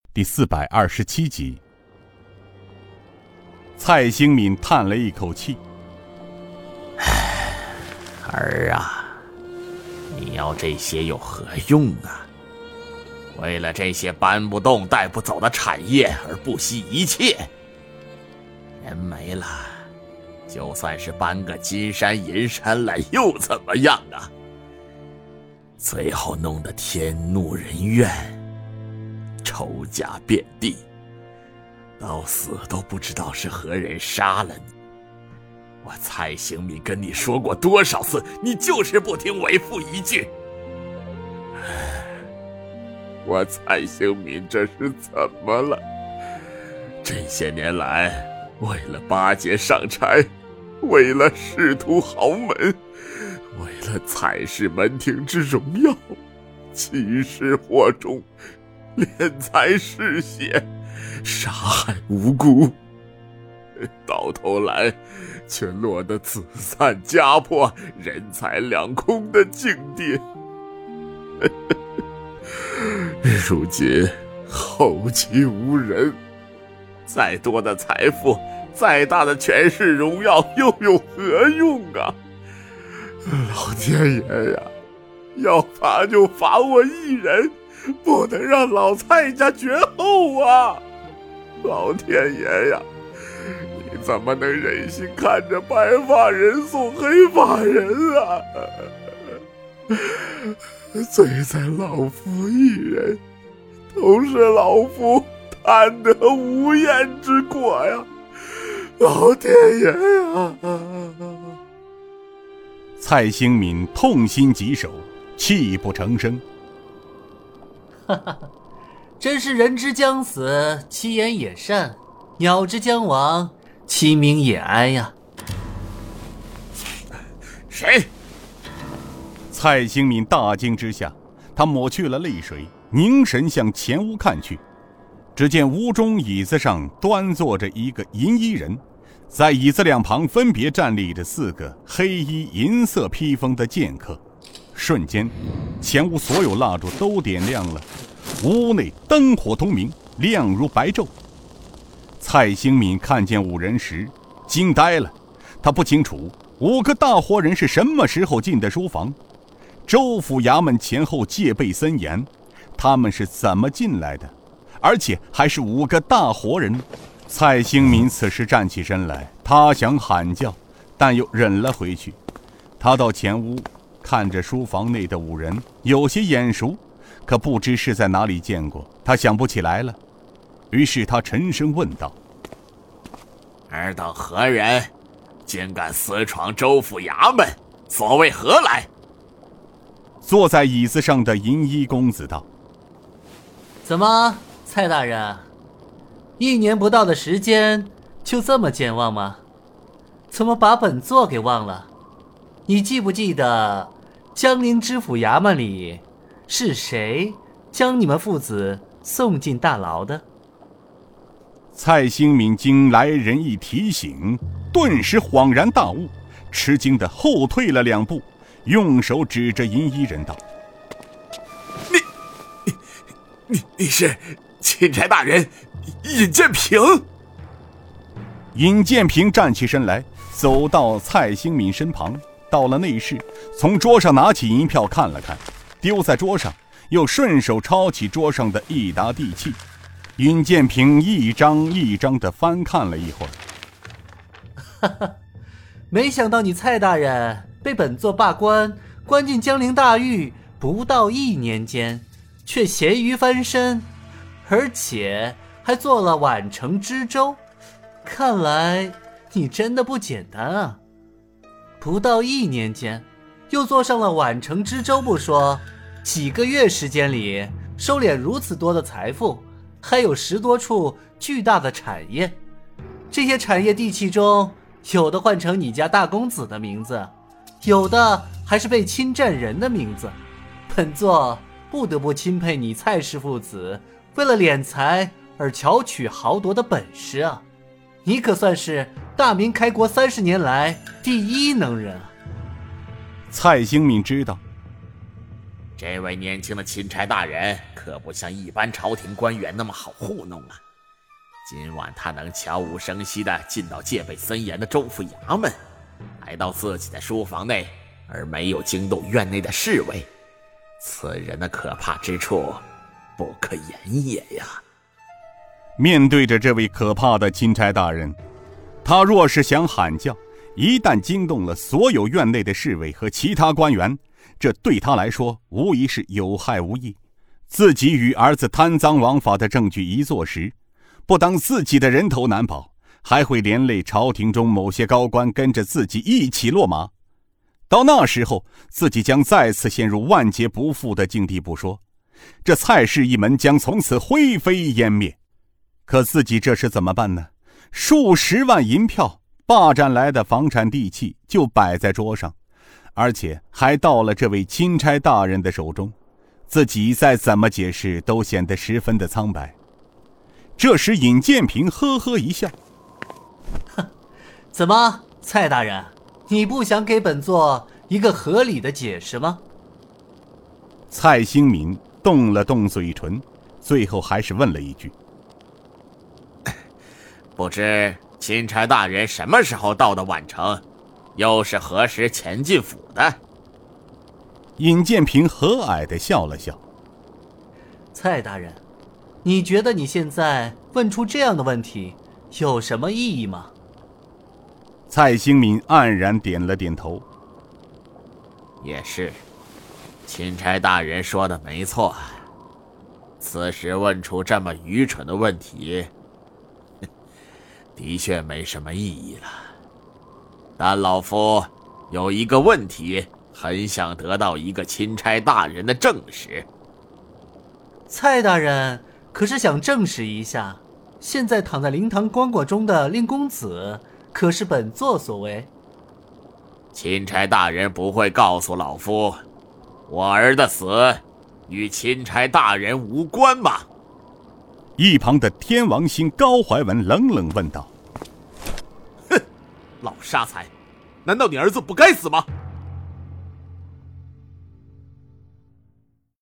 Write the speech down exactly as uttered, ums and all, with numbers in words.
第四百二十七集。蔡兴敏叹了一口气： 儿啊，你要这些有何用啊？为了这些搬不动带不走的产业而不惜一切，人没了，就算是搬个金山银山来又怎么样啊？最后弄得天怒人怨，仇家遍地，到死都不知道是何人杀了你。我蔡兴敏跟你说过多少次，你就是不听为父一句。我蔡兴敏这是怎么了？这些年来，为了巴结上差，为了仕途豪门，为了蔡氏门庭之荣耀，欺世惑众，敛财嗜血，杀害无辜，到头来却落得子散家破、人财两空的境地。如今后继无人，再多的财富，再大的权势荣耀，又有何用啊？老天爷呀，要罚就罚我一人，不能让老蔡家绝后啊！老天爷呀，你怎么能忍心看着白发人送黑发人啊？罪在老夫一人，都是老夫贪得无厌之过呀！老天爷呀！ 蔡兴敏痛心疾首，泣不成声。 哈哈，真是人之将死，其言也善；鸟之将亡，其鸣也哀呀。 谁？ 蔡兴敏大惊之下，他抹去了泪水，凝神向前屋看去。只见屋中椅子上端坐着一个银衣人，在椅子两旁分别站立着四个黑衣银色披风的剑客。瞬间，前屋所有蜡烛都点亮了，屋内灯火通明，亮如白昼。蔡兴敏看见五人时惊呆了，他不清楚五个大活人是什么时候进的书房。州府衙门前后戒备森严，他们是怎么进来的？而且还是五个大活人。蔡兴敏此时站起身来，他想喊叫，但又忍了回去。他到前屋看着书房内的五人，有些眼熟，可不知是在哪里见过，他想不起来了。于是他沉声问道： 尔等何人？竟敢私闯州府衙门，所谓何来？ 坐在椅子上的银衣公子道： 怎么，蔡大人，一年不到的时间就这么健忘吗？怎么把本座给忘了？你记不记得江陵知府衙门里是谁将你们父子送进大牢的？ 蔡兴敏经来人一提醒，顿时恍然大悟，吃惊地后退了两步，用手指着银衣人道： 你你你你是钦差大人尹建平。 尹建平站起身来，走到蔡兴敏身旁，到了内室，从桌上拿起银票看了看，丢在桌上，又顺手抄起桌上的一沓地契。尹建平一张一张地翻看了一会儿。 哈哈，没想到你蔡大人被本座罢官，关进江陵大狱，不到一年间，却咸鱼翻身，而且还做了宛城知州。看来你真的不简单啊！不到一年间，又做上了宛城知州不说，几个月时间里收敛如此多的财富，还有十多处巨大的产业。这些产业地契中，有的换成你家大公子的名字，有的还是被侵占人的名字。本座不得不钦佩你蔡氏父子为了敛财而巧取豪夺的本事啊！你可算是大明开国三十年来第一能人啊！ 蔡兴敏知道， 这位年轻的钦差大人可不像一般朝廷官员那么好糊弄啊！今晚他能悄无声息地进到戒备森严的州府衙门，来到自己的书房内，而没有惊动院内的侍卫，此人的可怕之处不可言也呀！ 面对着这位可怕的钦差大人，他若是想喊叫，一旦惊动了所有院内的侍卫和其他官员，这对他来说无疑是有害无益。自己与儿子贪赃枉法的证据一坐实，不当自己的人头难保，还会连累朝廷中某些高官跟着自己一起落马。到那时候，自己将再次陷入万劫不复的境地不说，这蔡氏一门将从此灰飞烟灭。可自己这时怎么办呢？数十万银票，霸占来的房产地契就摆在桌上，而且还到了这位钦差大人的手中，自己再怎么解释都显得十分的苍白。这时尹建平呵呵一笑： 哼，怎么，蔡大人，你不想给本座一个合理的解释吗？ 蔡兴敏动了动嘴唇，最后还是问了一句： 不知钦差大人什么时候到的宛城，又是何时前进府的？ 尹建平和蔼地笑了笑： 蔡大人，你觉得你现在问出这样的问题有什么意义吗？ 蔡兴敏黯然点了点头： 也是，钦差大人说的没错，此时问出这么愚蠢的问题，的确没什么意义了。但老夫有一个问题，很想得到一个钦差大人的证实。 蔡大人可是想证实一下，现在躺在灵堂棺椁中的令公子，可是本座所为？ 钦差大人不会告诉老夫，我儿的死与钦差大人无关吗？ 一旁的天王星高怀文冷冷问道： 哼，老沙才，难道你儿子不该死吗？